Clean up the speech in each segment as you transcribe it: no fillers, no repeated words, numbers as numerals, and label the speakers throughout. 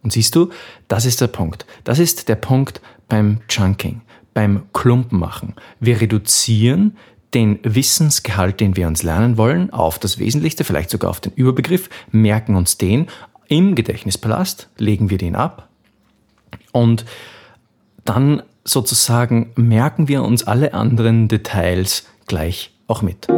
Speaker 1: Und siehst du, das ist der Punkt. Das ist der Punkt beim Chunking, beim Klumpenmachen. Wir reduzieren den Wissensgehalt, den wir uns lernen wollen, auf das Wesentlichste, vielleicht sogar auf den Überbegriff, merken uns den. Im Gedächtnispalast legen wir den ab und dann sozusagen merken wir uns alle anderen Details gleich auch mit.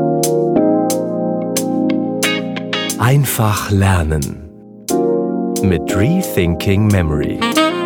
Speaker 2: Einfach lernen mit Rethinking Memory.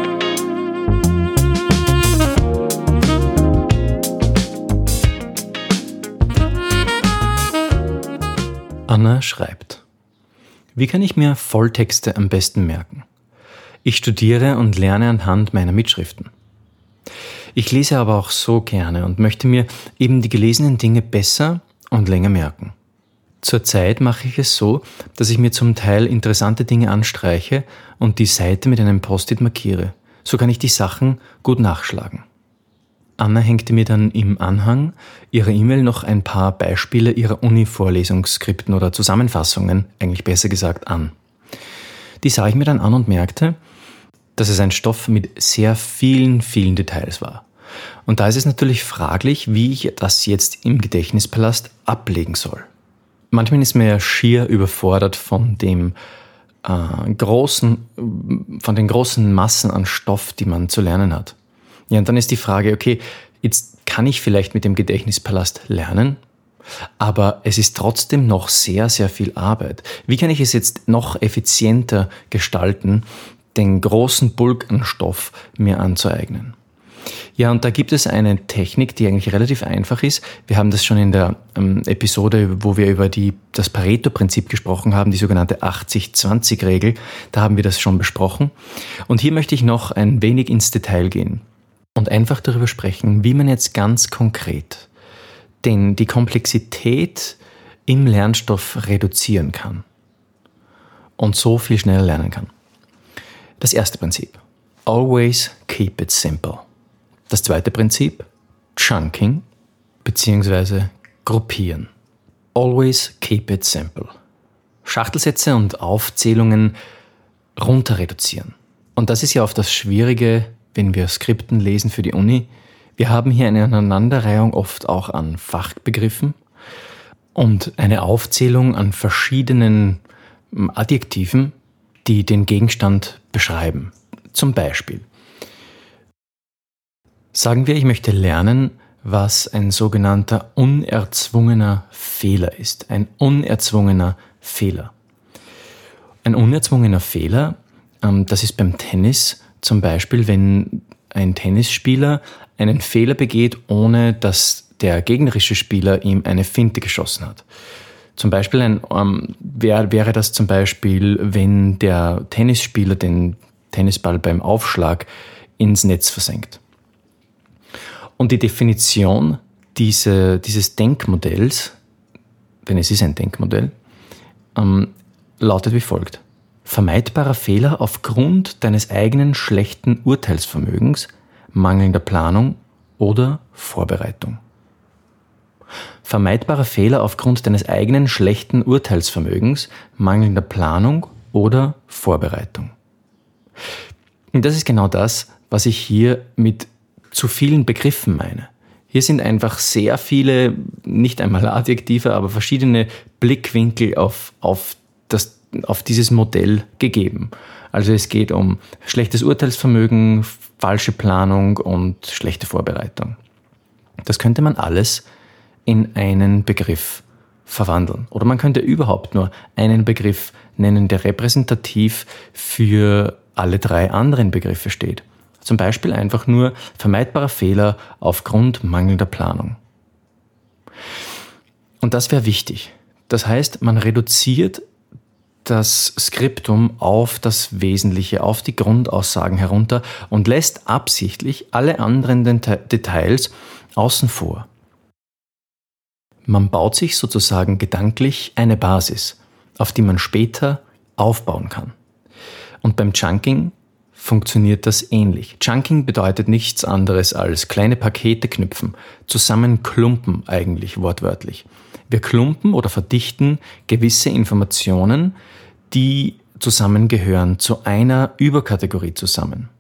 Speaker 1: Anna schreibt: Wie kann ich mir Volltexte am besten merken? Ich studiere und lerne anhand meiner Mitschriften. Ich lese aber auch so gerne und möchte mir eben die gelesenen Dinge besser und länger merken. Zurzeit mache ich es so, dass ich mir zum Teil interessante Dinge anstreiche und die Seite mit einem Post-it markiere. So kann ich die Sachen gut nachschlagen. Anna hängte mir dann im Anhang ihrer E-Mail noch ein paar Beispiele ihrer Uni-Vorlesungsskripten oder Zusammenfassungen, eigentlich besser gesagt, an. Die sah ich mir dann an und merkte, dass es ein Stoff mit sehr vielen Details war. Und da ist es natürlich fraglich, wie ich das jetzt im Gedächtnispalast ablegen soll. Manchmal ist man ja schier überfordert von den großen Massen an Stoff, die man zu lernen hat. Ja, und dann ist die Frage, okay, jetzt kann ich vielleicht mit dem Gedächtnispalast lernen, aber es ist trotzdem noch sehr, sehr viel Arbeit. Wie kann ich es jetzt noch effizienter gestalten, den großen Bulk an Stoff mir anzueignen? Ja, und da gibt es eine Technik, die eigentlich relativ einfach ist. Wir haben das schon in der Episode, wo wir über das Pareto-Prinzip gesprochen haben, die sogenannte 80-20-Regel. Da haben wir das schon besprochen. Und hier möchte ich noch ein wenig ins Detail gehen und einfach darüber sprechen, wie man jetzt ganz konkret die Komplexität im Lernstoff reduzieren kann und so viel schneller lernen kann. Das erste Prinzip: Always keep it simple. Das zweite Prinzip: Chunking bzw. Gruppieren. Always keep it simple. Schachtelsätze und Aufzählungen runter reduzieren. Und das ist ja oft das Schwierige, wenn wir Skripten lesen für die Uni. Wir haben hier eine Aneinanderreihung oft auch an Fachbegriffen und eine Aufzählung an verschiedenen Adjektiven, die den Gegenstand beschreiben. Zum Beispiel: Sagen wir, ich möchte lernen, was ein sogenannter unerzwungener Fehler ist. Ein unerzwungener Fehler. Ein unerzwungener Fehler, das ist beim Tennis zum Beispiel, wenn ein Tennisspieler einen Fehler begeht, ohne dass der gegnerische Spieler ihm eine Finte geschossen hat. Zum Beispiel wäre das zum Beispiel, wenn der Tennisspieler den Tennisball beim Aufschlag ins Netz versenkt. Und die Definition dieses Denkmodells, denn es ist ein Denkmodell, lautet wie folgt: Vermeidbarer Fehler aufgrund deines eigenen schlechten Urteilsvermögens, mangelnder Planung oder Vorbereitung. Vermeidbarer Fehler aufgrund deines eigenen schlechten Urteilsvermögens, mangelnder Planung oder Vorbereitung. Und das ist genau das, was ich hier mit zu vielen Begriffen meine. Hier sind einfach sehr viele, nicht einmal Adjektive, aber verschiedene Blickwinkel auf dieses Modell gegeben. Also es geht um schlechtes Urteilsvermögen, falsche Planung und schlechte Vorbereitung. Das könnte man alles in einen Begriff verwandeln. Oder man könnte überhaupt nur einen Begriff nennen, der repräsentativ für alle drei anderen Begriffe steht. Zum Beispiel einfach nur vermeidbarer Fehler aufgrund mangelnder Planung. Und das wäre wichtig. Das heißt, man reduziert das Skriptum auf das Wesentliche, auf die Grundaussagen herunter und lässt absichtlich alle anderen Details außen vor. Man baut sich sozusagen gedanklich eine Basis, auf die man später aufbauen kann. Und beim Chunking funktioniert das ähnlich. Chunking bedeutet nichts anderes als kleine Pakete knüpfen, zusammenklumpen eigentlich wortwörtlich. Wir klumpen oder verdichten gewisse Informationen, die zusammengehören zu einer Überkategorie zusammen.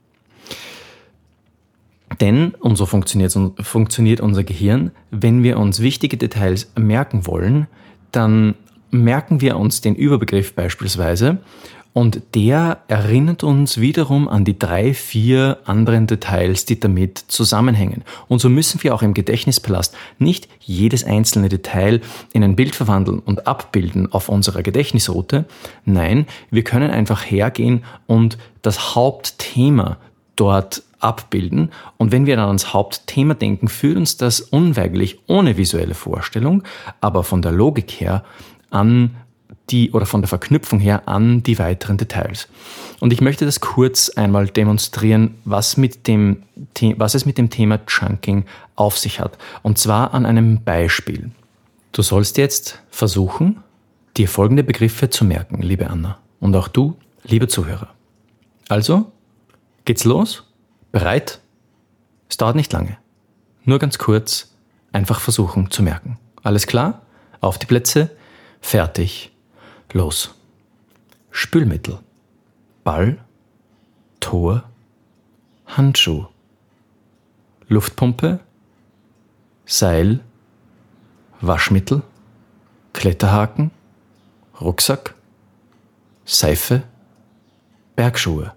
Speaker 1: Denn, und so funktioniert unser Gehirn, wenn wir uns wichtige Details merken wollen, dann merken wir uns den Überbegriff beispielsweise und der erinnert uns wiederum an die 3, 4 anderen Details, die damit zusammenhängen. Und so müssen wir auch im Gedächtnispalast nicht jedes einzelne Detail in ein Bild verwandeln und abbilden auf unserer Gedächtnisroute. Nein, wir können einfach hergehen und das Hauptthema dort abbilden. Und wenn wir dann ans Hauptthema denken, führt uns das unweigerlich ohne visuelle Vorstellung, aber von der Logik her an die oder von der Verknüpfung her an die weiteren Details. Und ich möchte das kurz einmal demonstrieren, was es mit dem Thema Chunking auf sich hat. Und zwar an einem Beispiel. Du sollst jetzt versuchen, dir folgende Begriffe zu merken, liebe Anna. Und auch du, liebe Zuhörer. Also, geht's los? Bereit? Es dauert nicht lange. Nur ganz kurz, einfach versuchen zu merken. Alles klar? Auf die Plätze, fertig, los. Spülmittel, Ball, Tor, Handschuh, Luftpumpe, Seil, Waschmittel, Kletterhaken, Rucksack, Seife, Bergschuhe.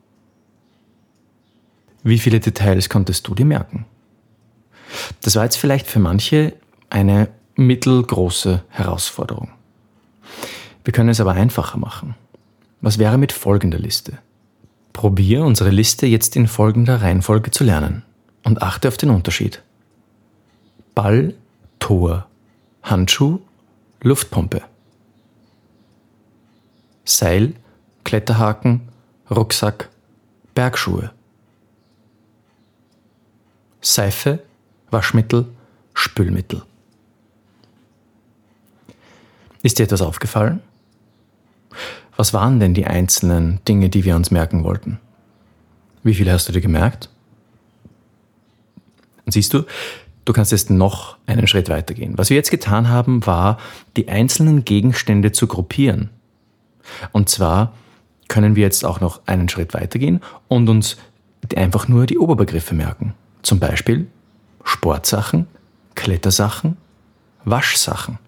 Speaker 1: Wie viele Details konntest du dir merken? Das war jetzt vielleicht für manche eine mittelgroße Herausforderung. Wir können es aber einfacher machen. Was wäre mit folgender Liste? Probier unsere Liste jetzt in folgender Reihenfolge zu lernen und achte auf den Unterschied. Ball, Tor, Handschuh, Luftpumpe. Seil, Kletterhaken, Rucksack, Bergschuhe. Seife, Waschmittel, Spülmittel. Ist dir etwas aufgefallen? Was waren denn die einzelnen Dinge, die wir uns merken wollten? Wie viele hast du dir gemerkt? Und siehst du, du kannst jetzt noch einen Schritt weitergehen. Was wir jetzt getan haben, war, die einzelnen Gegenstände zu gruppieren. Und zwar können wir jetzt auch noch einen Schritt weitergehen und uns einfach nur die Oberbegriffe merken. Zum Beispiel Sportsachen, Klettersachen, Waschsachen.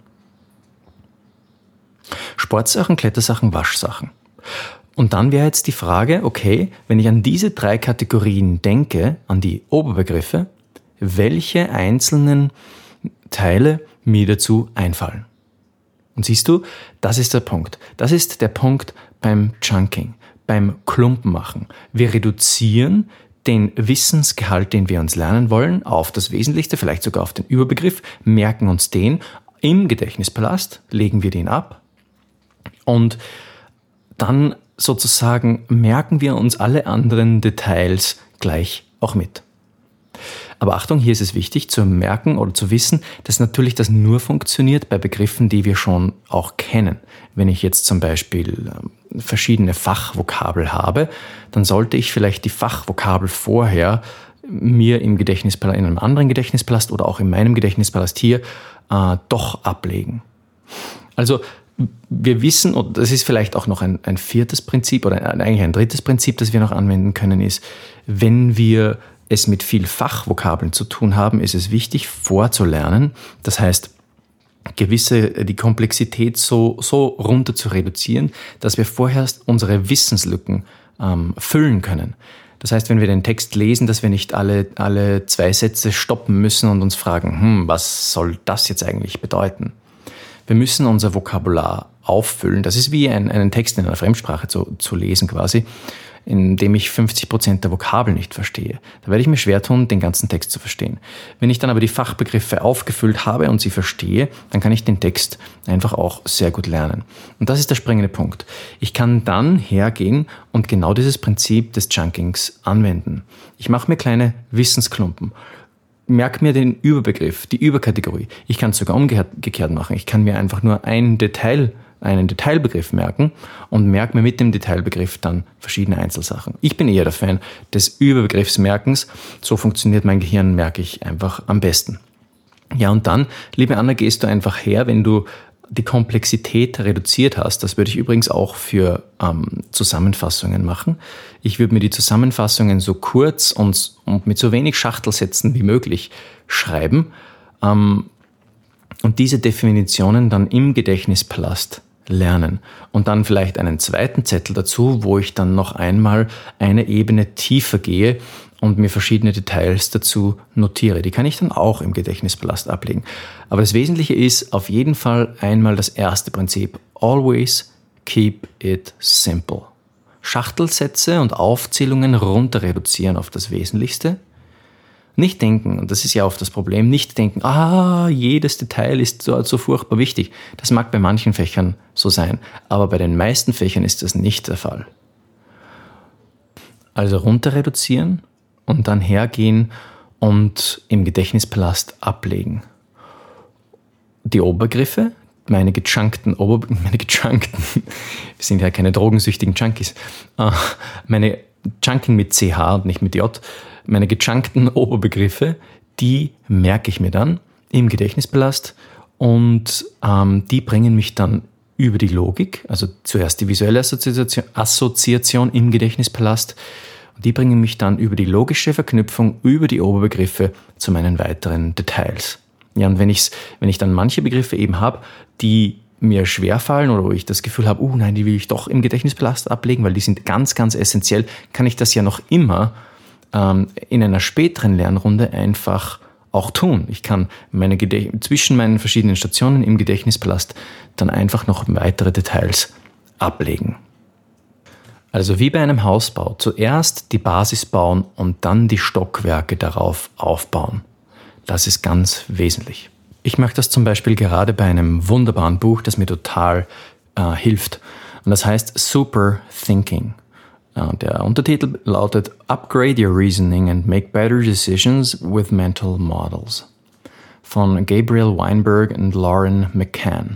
Speaker 1: Sportsachen, Klettersachen, Waschsachen. Und dann wäre jetzt die Frage, okay, wenn ich an diese 3 Kategorien denke, an die Oberbegriffe, welche einzelnen Teile mir dazu einfallen? Und siehst du, das ist der Punkt. Das ist der Punkt beim Chunking, beim Klumpenmachen. Wir reduzieren den Wissensgehalt, den wir uns lernen wollen, auf das Wesentlichste, vielleicht sogar auf den Überbegriff, merken uns den. Im Gedächtnispalast legen wir den ab und dann sozusagen merken wir uns alle anderen Details gleich auch mit. Aber Achtung, hier ist es wichtig zu merken oder zu wissen, dass natürlich das nur funktioniert bei Begriffen, die wir schon auch kennen. Wenn ich jetzt zum Beispiel verschiedene Fachvokabel habe, dann sollte ich vielleicht die Fachvokabel vorher mir im Gedächtnispalast, in einem anderen Gedächtnispalast oder auch in meinem Gedächtnispalast hier doch ablegen. Also wir wissen, und das ist vielleicht auch noch ein 4. Prinzip oder eigentlich ein 3. Prinzip, das wir noch anwenden können, ist, wenn wir es mit viel Fachvokabeln zu tun haben, ist es wichtig vorzulernen. Das heißt, die Komplexität so runter zu reduzieren, dass wir vorher unsere Wissenslücken füllen können. Das heißt, wenn wir den Text lesen, dass wir nicht alle 2 Sätze stoppen müssen und uns fragen, was soll das jetzt eigentlich bedeuten? Wir müssen unser Vokabular auffüllen. Das ist wie einen Text in einer Fremdsprache zu lesen quasi, in dem ich 50% der Vokabeln nicht verstehe. Da werde ich mir schwer tun, den ganzen Text zu verstehen. Wenn ich dann aber die Fachbegriffe aufgefüllt habe und sie verstehe, dann kann ich den Text einfach auch sehr gut lernen. Und das ist der springende Punkt. Ich kann dann hergehen und genau dieses Prinzip des Chunkings anwenden. Ich mache mir kleine Wissensklumpen. Merke mir den Überbegriff, die Überkategorie. Ich kann es sogar umgekehrt machen. Ich kann mir einfach nur einen Detailbegriff merken und merke mir mit dem Detailbegriff dann verschiedene Einzelsachen. Ich bin eher der Fan des Überbegriffsmerkens. So funktioniert mein Gehirn, merke ich einfach am besten. Ja, und dann, liebe Anna, gehst du einfach her, wenn du die Komplexität reduziert hast, das würde ich übrigens auch für Zusammenfassungen machen. Ich würde mir die Zusammenfassungen so kurz und mit so wenig Schachtelsätzen wie möglich schreiben und diese Definitionen dann im Gedächtnispalast lernen. Und dann vielleicht einen zweiten Zettel dazu, wo ich dann noch einmal eine Ebene tiefer gehe und mir verschiedene Details dazu notiere. Die kann ich dann auch im Gedächtnispalast ablegen. Aber das Wesentliche ist auf jeden Fall einmal das erste Prinzip. Always keep it simple. Schachtelsätze und Aufzählungen runter reduzieren auf das Wesentlichste. Nicht denken, und das ist ja oft das Problem, nicht denken, jedes Detail ist so furchtbar wichtig. Das mag bei manchen Fächern so sein, aber bei den meisten Fächern ist das nicht der Fall. Also runter reduzieren und dann hergehen und im Gedächtnispalast ablegen. Die Oberbegriffe, meine gechunkten, wir sind ja keine drogensüchtigen Junkies, meine Chunking mit CH und nicht mit J, meine gechunkten Oberbegriffe, die merke ich mir dann im Gedächtnispalast und die bringen mich dann über die Logik, also zuerst die visuelle Assoziation im Gedächtnispalast, und die bringen mich dann über die logische Verknüpfung, über die Oberbegriffe zu meinen weiteren Details. Ja, und wenn ich dann manche Begriffe eben habe, die mir schwerfallen oder wo ich das Gefühl habe, nein, die will ich doch im Gedächtnispalast ablegen, weil die sind ganz, ganz essentiell, kann ich das ja noch immer in einer späteren Lernrunde einfach auch tun. Ich kann zwischen meinen verschiedenen Stationen im Gedächtnispalast dann einfach noch weitere Details ablegen. Also wie bei einem Hausbau, zuerst die Basis bauen und dann die Stockwerke darauf aufbauen. Das ist ganz wesentlich. Ich mache das zum Beispiel gerade bei einem wunderbaren Buch, das mir total hilft. Und das heißt Super Thinking. Der Untertitel lautet Upgrade Your Reasoning and Make Better Decisions with Mental Models von Gabriel Weinberg und Lauren McCann.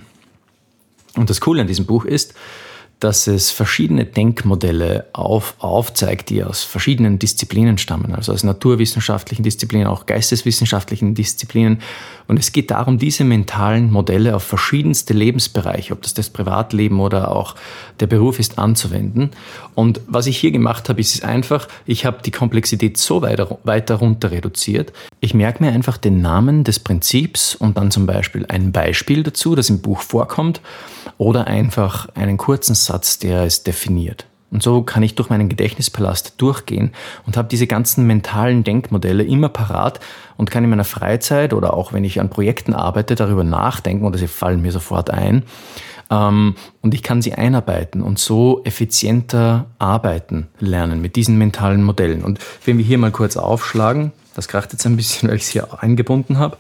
Speaker 1: Und das Coole an diesem Buch ist, dass es verschiedene Denkmodelle aufzeigt, die aus verschiedenen Disziplinen stammen, also aus naturwissenschaftlichen Disziplinen, auch geisteswissenschaftlichen Disziplinen. Und es geht darum, diese mentalen Modelle auf verschiedenste Lebensbereiche, ob das Privatleben oder auch der Beruf ist, anzuwenden. Und was ich hier gemacht habe, ist einfach, ich habe die Komplexität so weiter runter reduziert. Ich merke mir einfach den Namen des Prinzips und dann zum Beispiel ein Beispiel dazu, das im Buch vorkommt, oder einfach einen kurzen Satz, der es definiert. Und so kann ich durch meinen Gedächtnispalast durchgehen und habe diese ganzen mentalen Denkmodelle immer parat und kann in meiner Freizeit oder auch wenn ich an Projekten arbeite, darüber nachdenken oder sie fallen mir sofort ein. Und ich kann sie einarbeiten und so effizienter arbeiten lernen mit diesen mentalen Modellen. Und wenn wir hier mal kurz aufschlagen, das kracht jetzt ein bisschen, weil ich es hier eingebunden habe.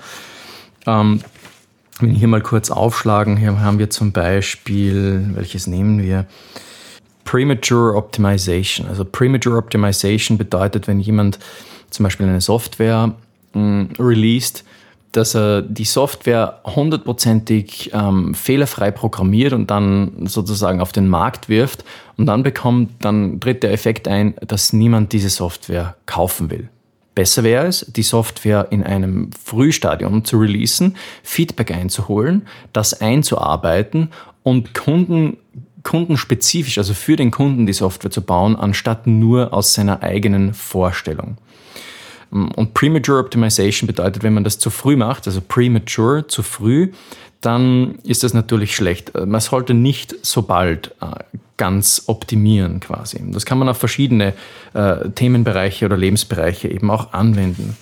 Speaker 1: Wenn wir hier mal kurz aufschlagen, hier haben wir zum Beispiel, welches nehmen wir? Premature Optimization. Also Premature Optimization bedeutet, wenn jemand zum Beispiel eine Software released, dass er die Software 100%ig fehlerfrei programmiert und dann sozusagen auf den Markt wirft und dann tritt der Effekt ein, dass niemand diese Software kaufen will. Besser wäre es, die Software in einem Frühstadium zu releasen, Feedback einzuholen, das einzuarbeiten und kundenspezifisch, also für den Kunden die Software zu bauen, anstatt nur aus seiner eigenen Vorstellung. Und Premature Optimization bedeutet, wenn man das zu früh macht, also premature, zu früh, dann ist das natürlich schlecht. Man sollte nicht so bald ganz optimieren quasi. Das kann man auf verschiedene Themenbereiche oder Lebensbereiche eben auch anwenden.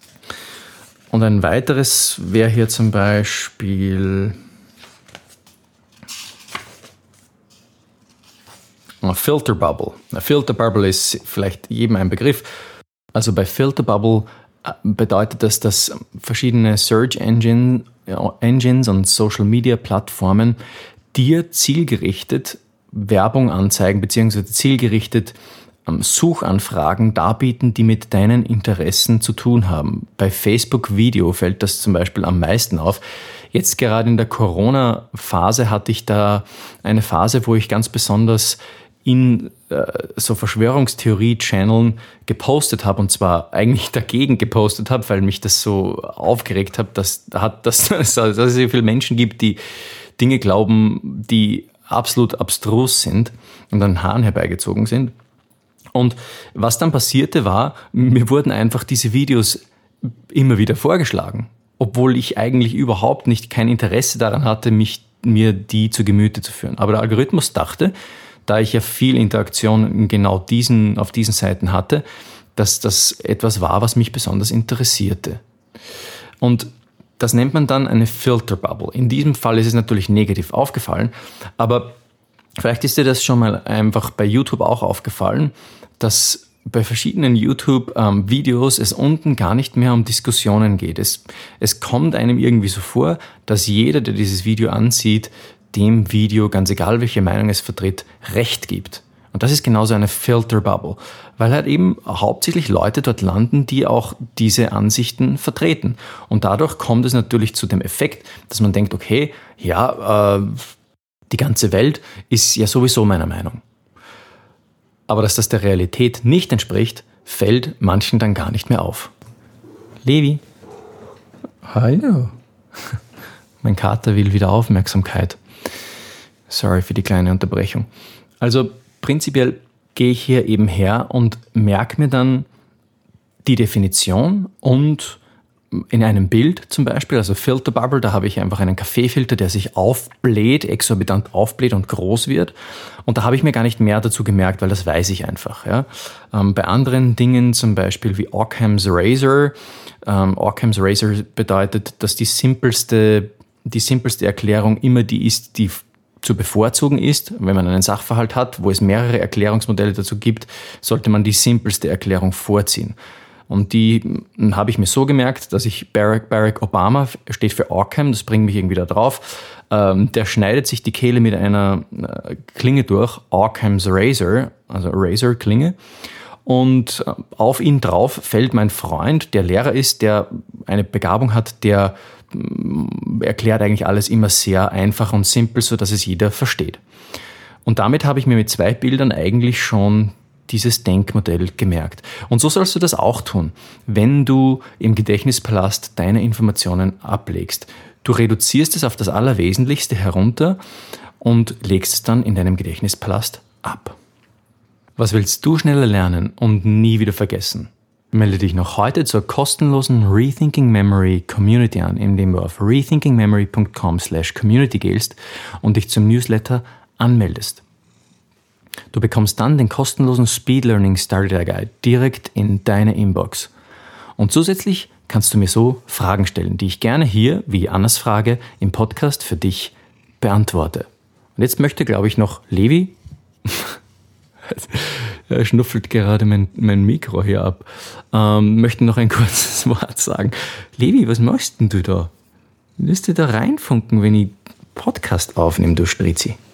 Speaker 1: Und ein weiteres wäre hier zum Beispiel Filter Bubble. Filter Bubble ist vielleicht jedem ein Begriff. Also bei Filter Bubble bedeutet das, dass verschiedene Search Engines und Social Media Plattformen dir zielgerichtet Werbung anzeigen bzw. zielgerichtet Suchanfragen darbieten, die mit deinen Interessen zu tun haben. Bei Facebook Video fällt das zum Beispiel am meisten auf. Jetzt gerade in der Corona-Phase hatte ich da eine Phase, wo ich ganz besonders in so Verschwörungstheorie-Channeln gepostet habe und zwar eigentlich dagegen gepostet habe, weil mich das so aufgeregt hat, dass es so viele Menschen gibt, die Dinge glauben, die absolut abstrus sind und an Haaren herbeigezogen sind. Und was dann passierte war, mir wurden einfach diese Videos immer wieder vorgeschlagen, obwohl ich eigentlich überhaupt nicht kein Interesse daran hatte, mir die zu Gemüte zu führen. Aber der Algorithmus dachte, da ich ja viel Interaktion in genau auf diesen Seiten hatte, dass das etwas war, was mich besonders interessierte. Und das nennt man dann eine Filterbubble. In diesem Fall ist es natürlich negativ aufgefallen, aber vielleicht ist dir das schon mal einfach bei YouTube auch aufgefallen, dass bei verschiedenen YouTube-Videos es unten gar nicht mehr um Diskussionen geht. Es kommt einem irgendwie so vor, dass jeder, der dieses Video ansieht, dem Video, ganz egal welche Meinung es vertritt, Recht gibt. Und das ist genauso eine Filterbubble, weil halt eben hauptsächlich Leute dort landen, die auch diese Ansichten vertreten. Und dadurch kommt es natürlich zu dem Effekt, dass man denkt, okay, ja, die ganze Welt ist ja sowieso meiner Meinung. Aber dass das der Realität nicht entspricht, fällt manchen dann gar nicht mehr auf. Levi. Hallo. Mein Kater will wieder Aufmerksamkeit. Sorry für die kleine Unterbrechung. Also prinzipiell gehe ich hier eben her und merke mir dann die Definition und in einem Bild zum Beispiel, also Filterbubble, da habe ich einfach einen Kaffeefilter, der sich aufbläht, exorbitant aufbläht und groß wird. Und da habe ich mir gar nicht mehr dazu gemerkt, weil das weiß ich einfach. Ja. Bei anderen Dingen, zum Beispiel wie Occam's Razor, Occam's Razor bedeutet, dass die simpelste Erklärung immer die ist, die zu bevorzugen ist. Wenn man einen Sachverhalt hat, wo es mehrere Erklärungsmodelle dazu gibt, sollte man die simpelste Erklärung vorziehen. Und die habe ich mir so gemerkt, dass ich Barack Obama steht für Occam, das bringt mich irgendwie da drauf. Der schneidet sich die Kehle mit einer Klinge durch, Occam's Razor, also Razor-Klinge. Und auf ihn drauf fällt mein Freund, der Lehrer ist, der eine Begabung hat, der erklärt eigentlich alles immer sehr einfach und simpel, so dass es jeder versteht. Und damit habe ich mir mit 2 Bildern eigentlich schon dieses Denkmodell gemerkt. Und so sollst du das auch tun, wenn du im Gedächtnispalast deine Informationen ablegst. Du reduzierst es auf das Allerwesentlichste herunter und legst es dann in deinem Gedächtnispalast ab. Was willst du schneller lernen und nie wieder vergessen? Melde dich noch heute zur kostenlosen Rethinking Memory Community an, indem du auf rethinkingmemory.com/community gehst und dich zum Newsletter anmeldest. Du bekommst dann den kostenlosen Speed Learning Starter Guide direkt in deine Inbox. Und zusätzlich kannst du mir so Fragen stellen, die ich gerne hier, wie Annas Frage, im Podcast für dich beantworte. Und jetzt möchte, glaube ich, noch Levi, er schnuffelt gerade mein Mikro hier ab, möchte noch ein kurzes Wort sagen. Levi, was machst denn du da? Willst du da reinfunken, wenn ich Podcast aufnehme, du Spritzi?